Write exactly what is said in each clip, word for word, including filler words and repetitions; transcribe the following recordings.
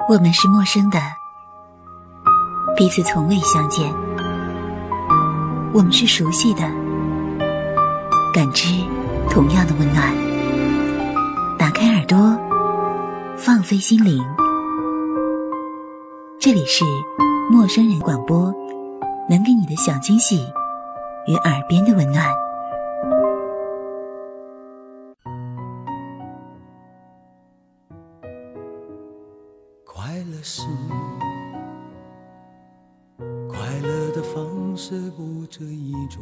我们是陌生的，彼此从未相见。我们是熟悉的，感知同样的温暖。打开耳朵，放飞心灵。这里是陌生人广播，能给你的小惊喜与耳边的温暖。 快乐是快乐的方式不止一种。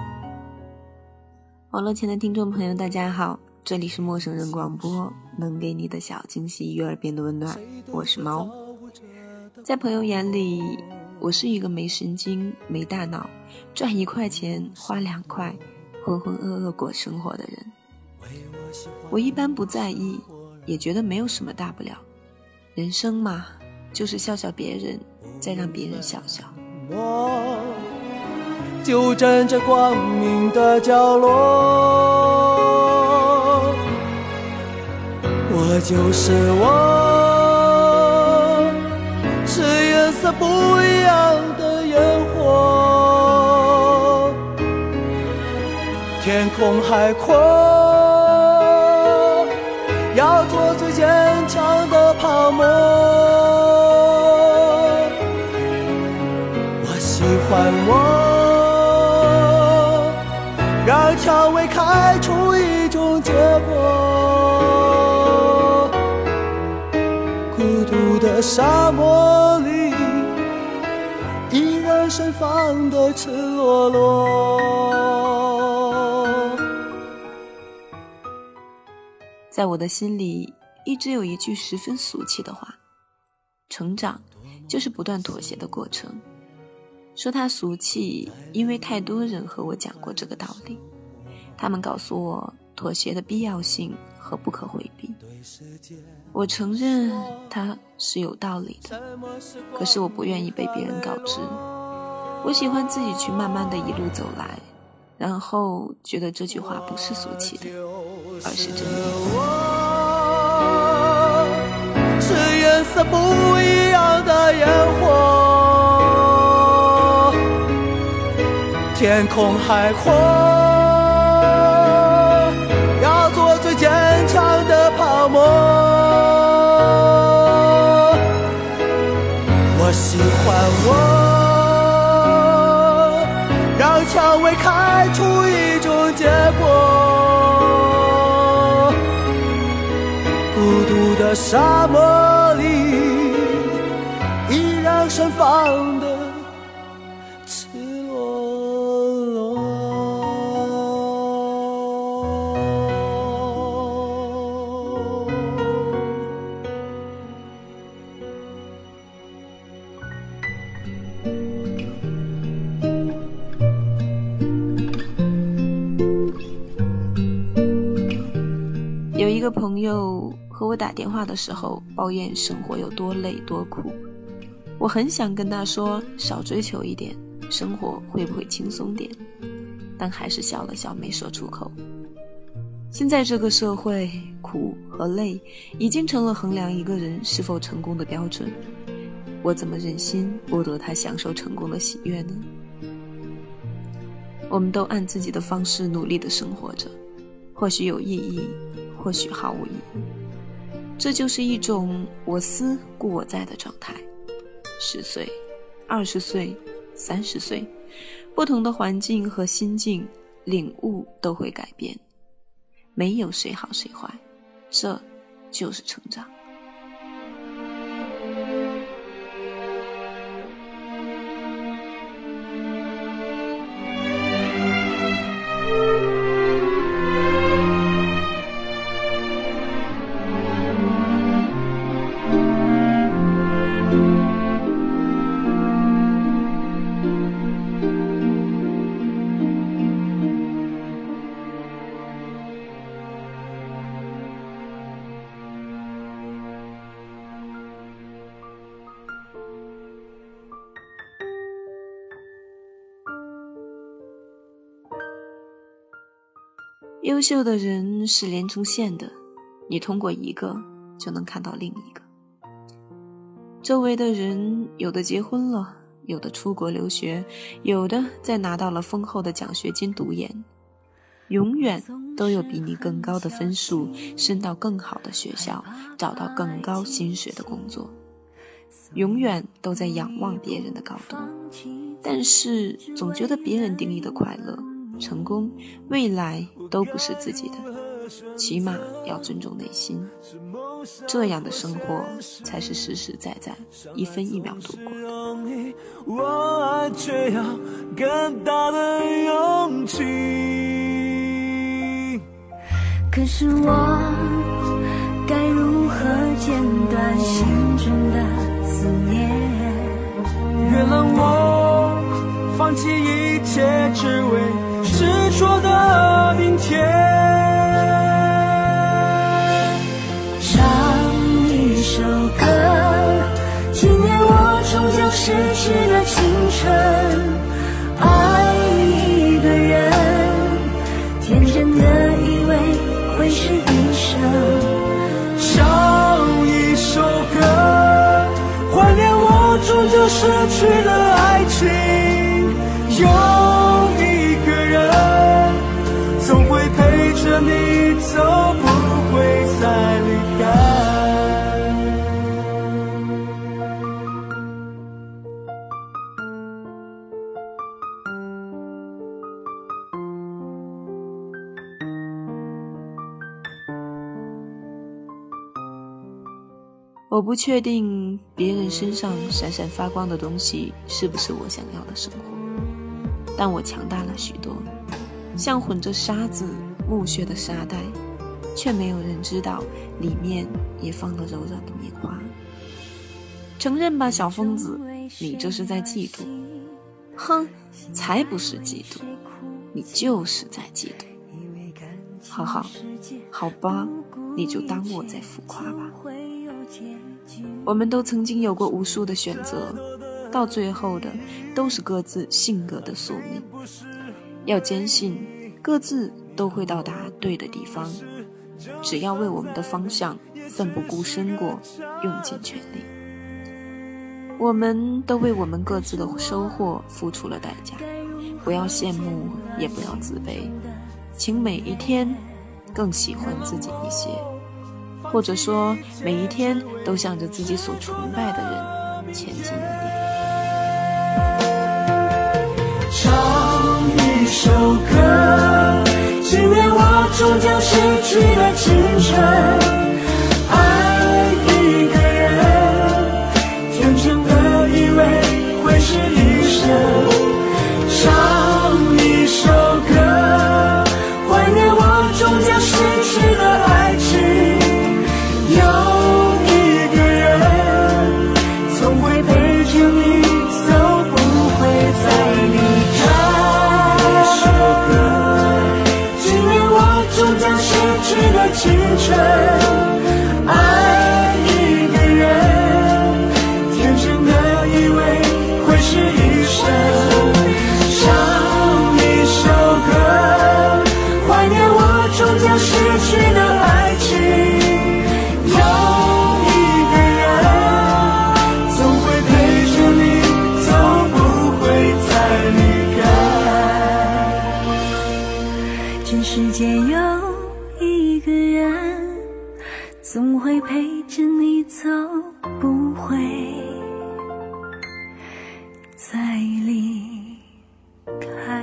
网络前的听众朋友大家好，这里是陌生人广播，能给你的小惊喜与耳边的温暖，我是猫。在朋友眼里，我是一个没神经没大脑，赚一块钱花两块，浑浑噩噩过生活的人。我一般不在意，也觉得没有什么大不了，人生嘛，就是笑笑别人，再让别人笑笑。 我就站在光明的角落，我就是我，是颜色不一样的烟火。天空海阔，要做最坚强的泡沫。我喜欢我，让蔷薇开出一种结果。孤独的沙漠里，依然盛放的赤裸裸。 在我的心里一直有一句十分俗气的话，成长就是不断妥协的过程。说它俗气，因为太多人和我讲过这个道理，他们告诉我妥协的必要性和不可回避。我承认它是有道理的，可是我不愿意被别人告知。我喜欢自己去慢慢的一路走来，然后觉得这句话不是俗气的，而是真的。 是颜色不一样的烟火。天空海阔，要做最坚强的泡沫。我喜欢我，让蔷薇开出一种结果。孤独的沙漠里，依然盛放的赤裸裸。 有一个朋友和我打电话的时候抱怨生活有多累多苦，我很想跟他说少追求一点，生活会不会轻松点，但还是笑了笑没说出口。现在这个社会，苦和累已经成了衡量一个人是否成功的标准，我怎么忍心剥夺他享受成功的喜悦呢？我们都按自己的方式努力地生活着，或许有意义，或许毫无意义，这就是一种我思故我在的状态。十岁、二十岁、三十岁，不同的环境和心境，领悟都会改变。没有谁好谁坏，这就是成长。优秀的人是连成线的，你通过一个就能看到另一个。 周围的人有的结婚了，有的出国留学，有的在拿到了丰厚的奖学金读研，永远都有比你更高的分数，升到更好的学校，找到更高薪水的工作，永远都在仰望别人的高度，但是总觉得别人定义的快乐、成功、未来都不是自己的，起码要尊重内心，这样的生活才是实实在在一分一秒度过的。 我爱却要更大的勇气， 可是我该如何剪断心中的思念？ 原谅我放弃一切，只为执着的明天。 唱一首歌，纪念我终将逝去的青春。爱一个人，天真的以为会是一生。 唱一首歌，怀念我终究失去的爱情。有一个人总会陪着你走，不会再离开。 我不确定别人身上闪闪发光的东西是不是我想要的生活，但我强大了许多，像混着沙子木屑的沙袋，却没有人知道里面也放了柔软的棉花。承认吧，小疯子，你这是在嫉妒。哼，才不是嫉妒，你就是在嫉妒。好好好吧，你就当我在浮夸吧。我们都曾经有过无数的选择，到最后的都是各自性格的宿命。要坚信各自都会到达对的地方，只要为我们的方向奋不顾身过，用尽全力。我们都为我们各自的收获付出了代价，不要羡慕，也不要自卑，请每一天更喜欢自己一些，或者说每一天都向着自己所崇拜的人前进一点。 唱一首歌，纪念我终将逝去的青春。爱一个人，天真的以为会是一生。唱一首歌，怀念我终将逝去的爱情。有一个人总会陪着你走，不会再离开。一首歌，纪念我终将逝去的青春。爱一个人，天真的以为会是一生。唱一首歌，怀念我终将逝去的爱情。 世界有一个人总会陪着你走，不会再离开。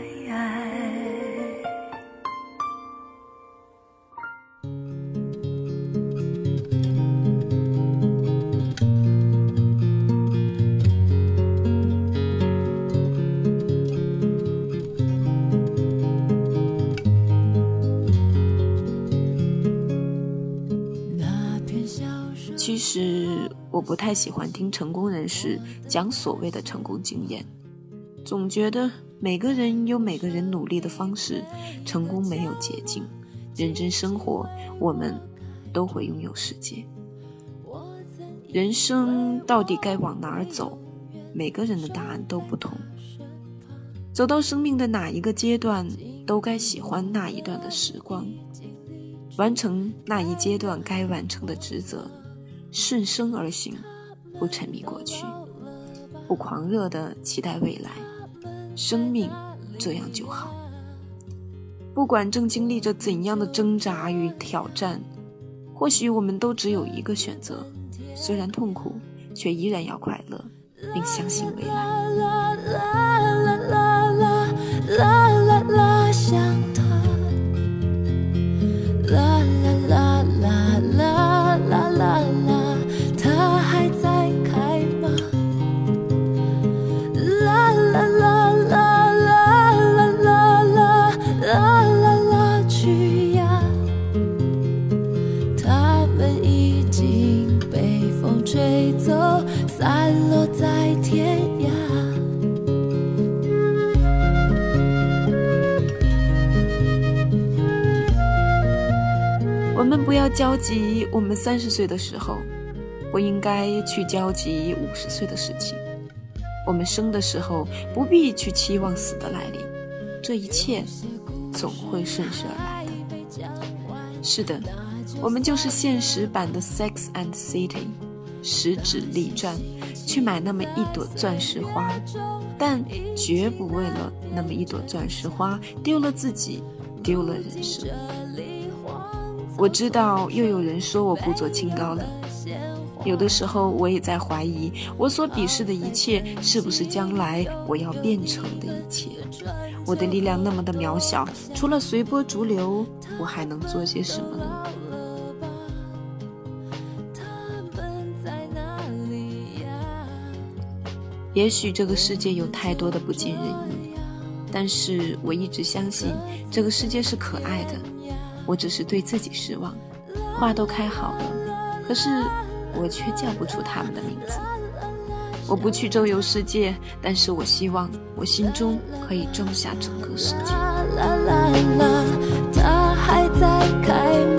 其实我不太喜欢听成功人士讲所谓的成功经验，总觉得每个人有每个人努力的方式，成功没有捷径，认真生活，我们都会拥有世界。人生到底该往哪儿走，每个人的答案都不同。走到生命的哪一个阶段，都该喜欢那一段的时光，完成那一阶段该完成的职责，顺生而行， 不沉迷过去，不狂热地期待未来，生命这样就好。不管正经历着怎样的挣扎与挑战，或许我们都只有一个选择，虽然痛苦，却依然要快乐，并相信未来。 啦啦啦啦啦啦啦，想他。啦啦啦啦啦啦啦啦，它还在开吗？啦啦啦啦啦啦啦啦啦啦啦，去呀！它们已经被风吹走，散落在天涯。 我们不要焦急我们三十岁的时候，不应该去焦急五十岁的事情。我们生的时候不必去期望死的来临，这一切总会顺势而来的。是的，我们就是现实版的 Sex and City， 十指立转去买那么一朵钻石花，但绝不为了那么一朵钻石花丢了自己，丢了人生。我知道又有人说我故作清高了，有的时候我也在怀疑我所鄙视的一切是不是将来我要变成的一切。我的力量那么的渺小，除了随波逐流，我还能做些什么呢？也许这个世界有太多的不尽人意，但是我一直相信这个世界是可爱的。我只是对自己失望，花都开好了，可是我却叫不出他们的名字。我不去周游世界，但是我希望我心中可以装下整个世界。 啦啦啦，它还在开吗？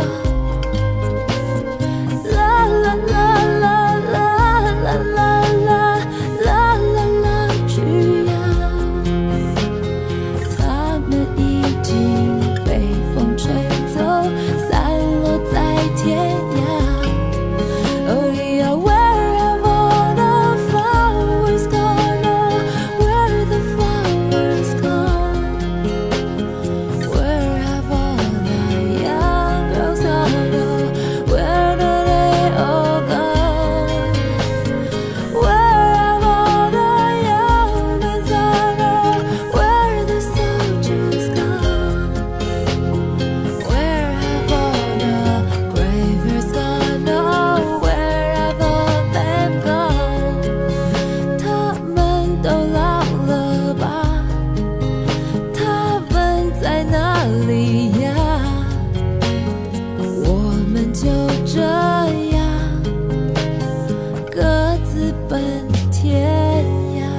啦啦啦啦啦啦啦啦啦啦啦，去呀！它们已经被风吹走，散落在天涯。Oh yeah, where have all the flowers gone? Oh, where the flowers gone? Where have all the young girls gone? Oh, where do they all gone? Where have all the young men gone? Oh, where the soldiers gone? Where have all the bravers gone? Oh, where have all them gone? 他们都老了吧？他们在哪里呀？我们就这样各自奔天涯。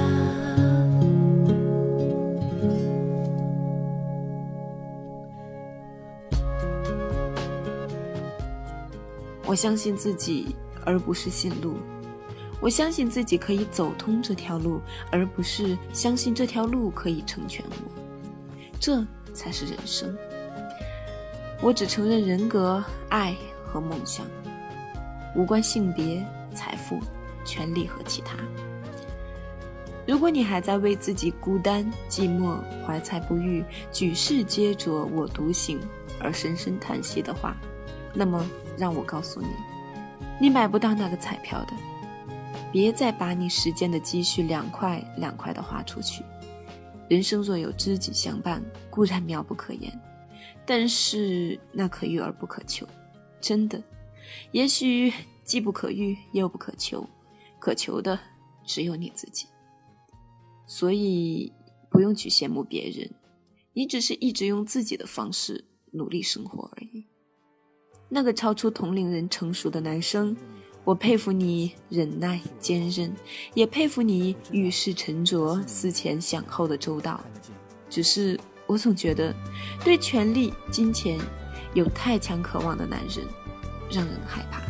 我相信自己，而不是信路。我相信自己可以走通这条路，而不是相信这条路可以成全我。这才是人生。我只承认人格、爱和梦想，无关性别、财富、权力和其他。如果你还在为自己孤单、寂寞、怀才不遇、举世皆浊我独醒而深深叹息的话，那么让我告诉你，你买不到那个彩票的。别再把你时间的积蓄两块两块的花出去。人生若有知己相伴，固然妙不可言，但是那可遇而不可求。真的，也许既不可遇又不可求，可求的只有你自己。所以不用去羡慕别人，你只是一直用自己的方式努力生活而已。那个超出同龄人成熟的男生，我佩服你忍耐坚韧，也佩服你遇事沉着思前想后的周到。只是我总觉得对权力金钱有太强渴望的男人让人害怕。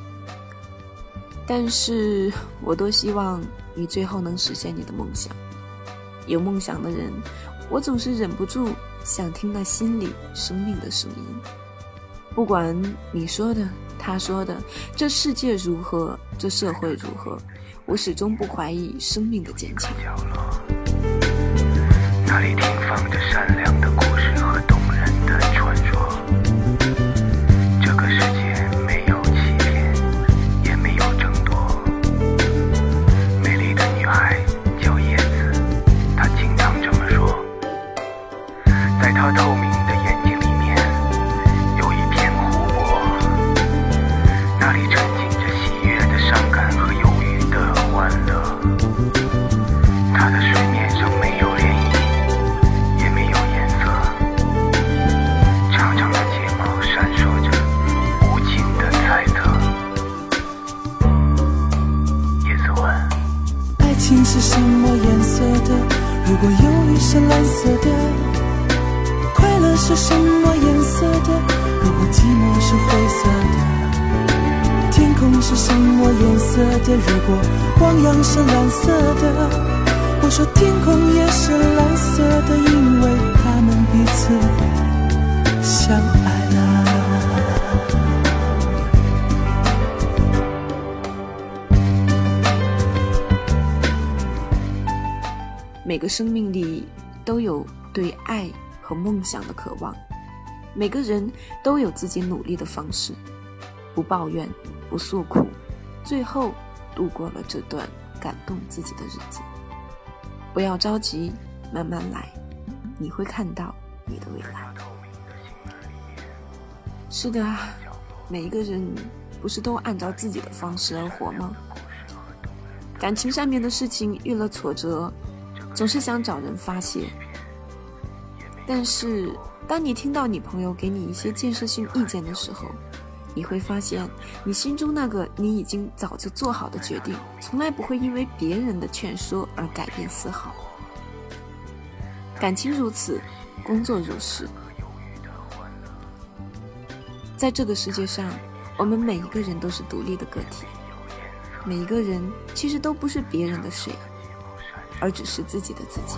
但是我多希望你最后能实现你的梦想。有梦想的人，我总是忍不住想听那心里生命的声音。不管你说的他他说的，这世界如何，这社会如何，我始终不怀疑生命的坚强。 那里停放着善良的故事和动人的传说。这个世界没有欺骗，也没有争夺。美丽的女孩叫叶子，她经常这么说。在她透明的眼睛里面，有一片湖泊，那里沉浸着喜悦的伤感和忧郁的欢乐。她的水面上没有涟漪，也没有颜色，长长的睫毛闪烁着无尽的猜测。叶子问： 爱情是什么颜色的？如果忧郁是蓝色的，快乐是什么颜色的？如果寂寞是灰色的，天空是什么颜色的？如果汪洋是蓝色的，我说天空也是蓝色的，因为他们彼此相爱了。 每个生命里都有对爱和梦想的渴望，每个人都有自己努力的方式，不抱怨，不诉苦，最后度过了这段感动自己的日子。不要着急，慢慢来，你会看到你的未来。是的，每一个人不是都按照自己的方式而活吗？感情上面的事情遇了挫折，总是想找人发泄，但是当你听到你朋友给你一些建设性意见的时候，你会发现你心中那个你已经早就做好的决定，从来不会因为别人的劝说而改变丝毫。感情如此，工作如是。在这个世界上，我们每一个人都是独立的个体，每一个人其实都不是别人的谁，而只是自己的自己。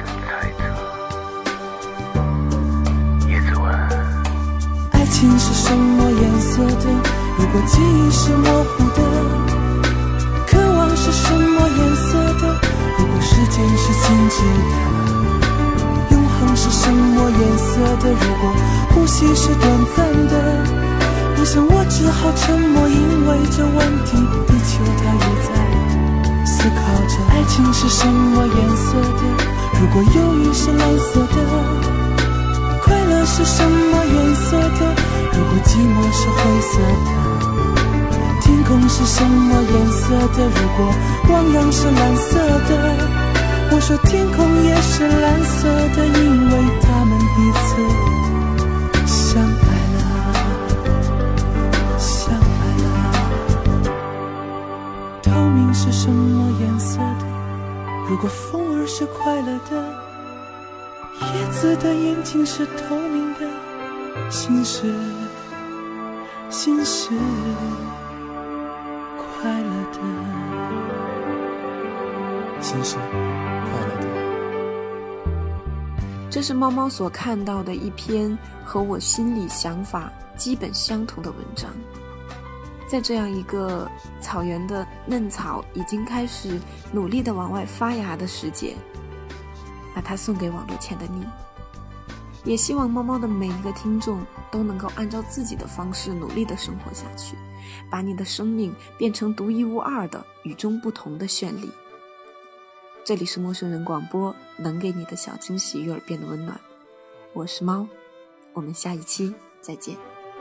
叶子问： 爱情是什么颜色的？如果记忆是模糊的，渴望是什么颜色的？如果时间是静止的，永恒是什么颜色的？如果呼吸是短暂的，我想我只好沉默，因为这问题地球它也在思考着。爱情是什么颜色的？如果忧郁是蓝色的，快乐是什么颜色的？如果寂寞是灰色的，天空是什么颜色的？如果汪洋是蓝色的，我说天空也是蓝色的，因为他们彼此相爱了，相爱了。透明是什么颜色的？如果风儿是快乐的，叶子的眼睛是透明的，心是心是快乐的，心是快乐的。 这是猫猫所看到的一篇和我心里想法基本相同的文章。在这样一个草原的嫩草已经开始努力地往外发芽的时节，把它送给网络前的你。也希望猫猫的每一个听众都能够按照自己的方式努力地生活下去，把你的生命变成独一无二的与众不同的绚丽。这里是陌生人广播，能给你的小惊喜与耳边的温暖。我是猫，我们下一期再见。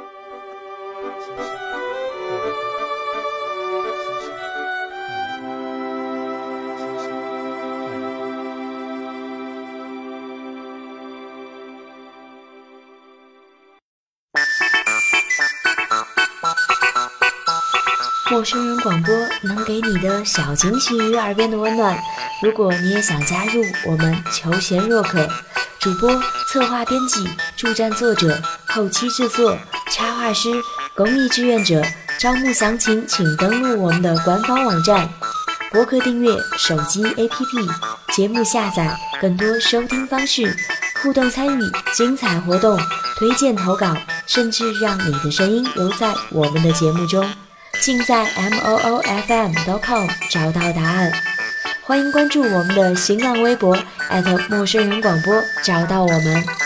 陌生人广播能给你的小惊喜与耳边的温暖。如果你也想加入，我们求贤若渴。主播、策划、编辑、助战作者、后期制作、插画师、公益志愿者，招募详情请登录我们的官方网站。播客订阅、手机 A P P、节目下载、更多收听方式、互动参与、精彩活动、推荐投稿， 甚至让你的声音留在我们的节目中，尽在 M O O F M 点 com 找到答案。欢迎关注我们的新浪微博 at 陌生人广播，找到我们。